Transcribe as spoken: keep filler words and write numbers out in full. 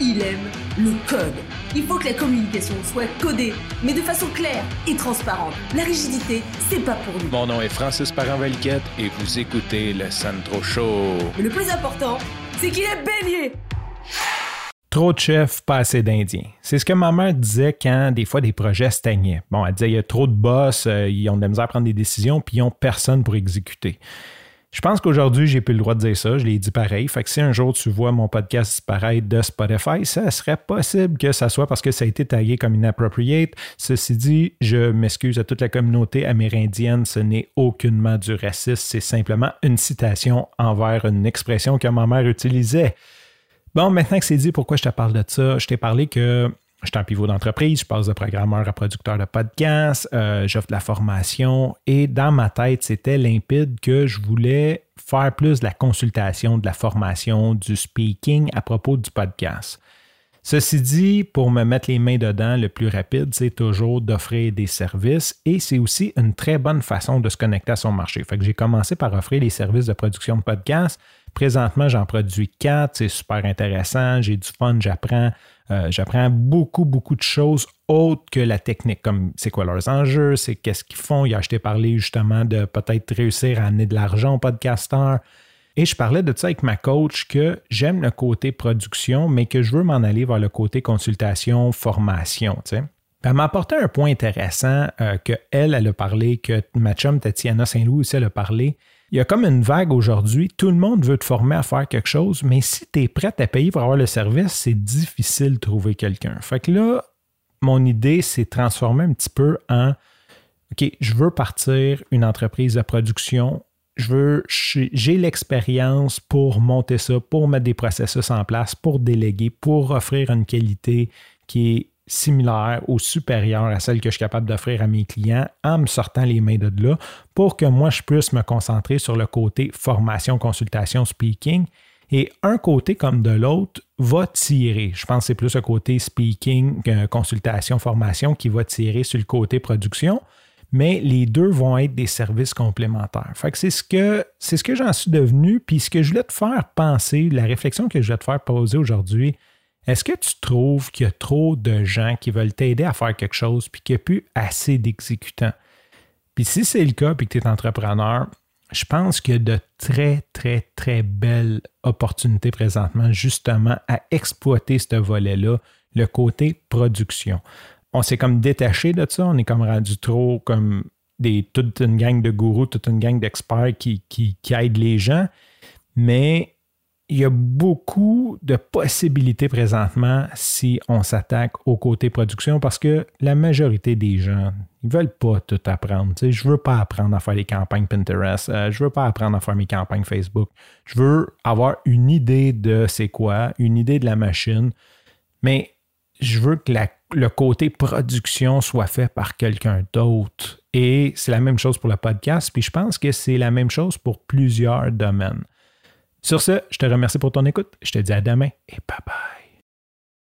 il aime le code. Il faut que la communication soit codée, mais de façon claire et transparente. La rigidité, c'est pas pour nous. Mon nom est Francis Parent-Valquette et vous écoutez le Sandro Show. Mais le plus important, c'est qu'il est bélier. Trop de chefs, pas assez d'Indiens. C'est ce que ma mère disait quand des fois des projets stagnaient. Bon, elle disait il y a trop de boss, euh, ils ont de la misère à prendre des décisions, puis ils n'ont personne pour exécuter. Je pense qu'aujourd'hui, j'ai plus le droit de dire ça, je l'ai dit pareil. Fait que si un jour tu vois mon podcast disparaître de Spotify, ça serait possible que ça soit parce que ça a été tagué comme inappropriate. Ceci dit, je m'excuse à toute la communauté amérindienne, ce n'est aucunement du racisme, c'est simplement une citation envers une expression que ma mère utilisait. Bon, maintenant que c'est dit, pourquoi je te parle de ça? Je t'ai parlé que je suis en pivot d'entreprise, je passe de programmeur à producteur de podcast, euh, j'offre de la formation et dans ma tête, c'était limpide que je voulais faire plus de la consultation, de la formation, du speaking à propos du podcast. Ceci dit, pour me mettre les mains dedans, le plus rapide, c'est toujours d'offrir des services et c'est aussi une très bonne façon de se connecter à son marché. Fait que j'ai commencé par offrir les services de production de podcast. Présentement, j'en produis quatre, c'est super intéressant, j'ai du fun, j'apprends. Euh, j'apprends beaucoup, beaucoup de choses autres que la technique, comme c'est quoi leurs enjeux, c'est qu'est-ce qu'ils font. Il a acheté parler justement de peut-être réussir à amener de l'argent aux podcasteurs. Et je parlais de ça avec ma coach que j'aime le côté production, mais que je veux m'en aller vers le côté consultation, formation. Tu sais. Elle m'a apporté un point intéressant euh, qu'elle, elle a parlé, que ma chum Tatiana Saint-Louis aussi, elle a parlé. Il y a comme une vague aujourd'hui, tout le monde veut te former à faire quelque chose, mais si tu es prête à payer pour avoir le service, c'est difficile de trouver quelqu'un. Fait que là, mon idée, c'est de transformer un petit peu en OK, je veux partir une entreprise de production, je veux, j'ai l'expérience pour monter ça, pour mettre des processus en place, pour déléguer, pour offrir une qualité qui est similaire ou supérieure à celle que je suis capable d'offrir à mes clients en me sortant les mains de là pour que moi, je puisse me concentrer sur le côté formation, consultation, speaking. Et un côté comme de l'autre va tirer. Je pense que c'est plus le côté speaking, consultation, formation qui va tirer sur le côté production, mais les deux vont être des services complémentaires. Fait que c'est ce que, c'est ce que j'en suis devenu, puis ce que je voulais te faire penser, la réflexion que je voulais te faire poser aujourd'hui. Est-ce que tu trouves qu'il y a trop de gens qui veulent t'aider à faire quelque chose puis qu'il n'y a plus assez d'exécutants? Puis si c'est le cas puis que tu es entrepreneur, je pense qu'il y a de très, très, très belles opportunités présentement justement à exploiter ce volet-là, le côté production. On s'est comme détaché de ça, on est comme rendu trop comme des, toute une gang de gourous, toute une gang d'experts qui, qui, qui aident les gens, mais il y a beaucoup de possibilités présentement si on s'attaque au côté production parce que la majorité des gens, ils ne veulent pas tout apprendre. Tu sais, je ne veux pas apprendre à faire les campagnes Pinterest. Euh, je ne veux pas apprendre à faire mes campagnes Facebook. Je veux avoir une idée de c'est quoi, une idée de la machine, mais je veux que la, le côté production soit fait par quelqu'un d'autre. Et c'est la même chose pour le podcast, puis je pense que c'est la même chose pour plusieurs domaines. Sur ce, je te remercie pour ton écoute. Je te dis à demain et bye bye.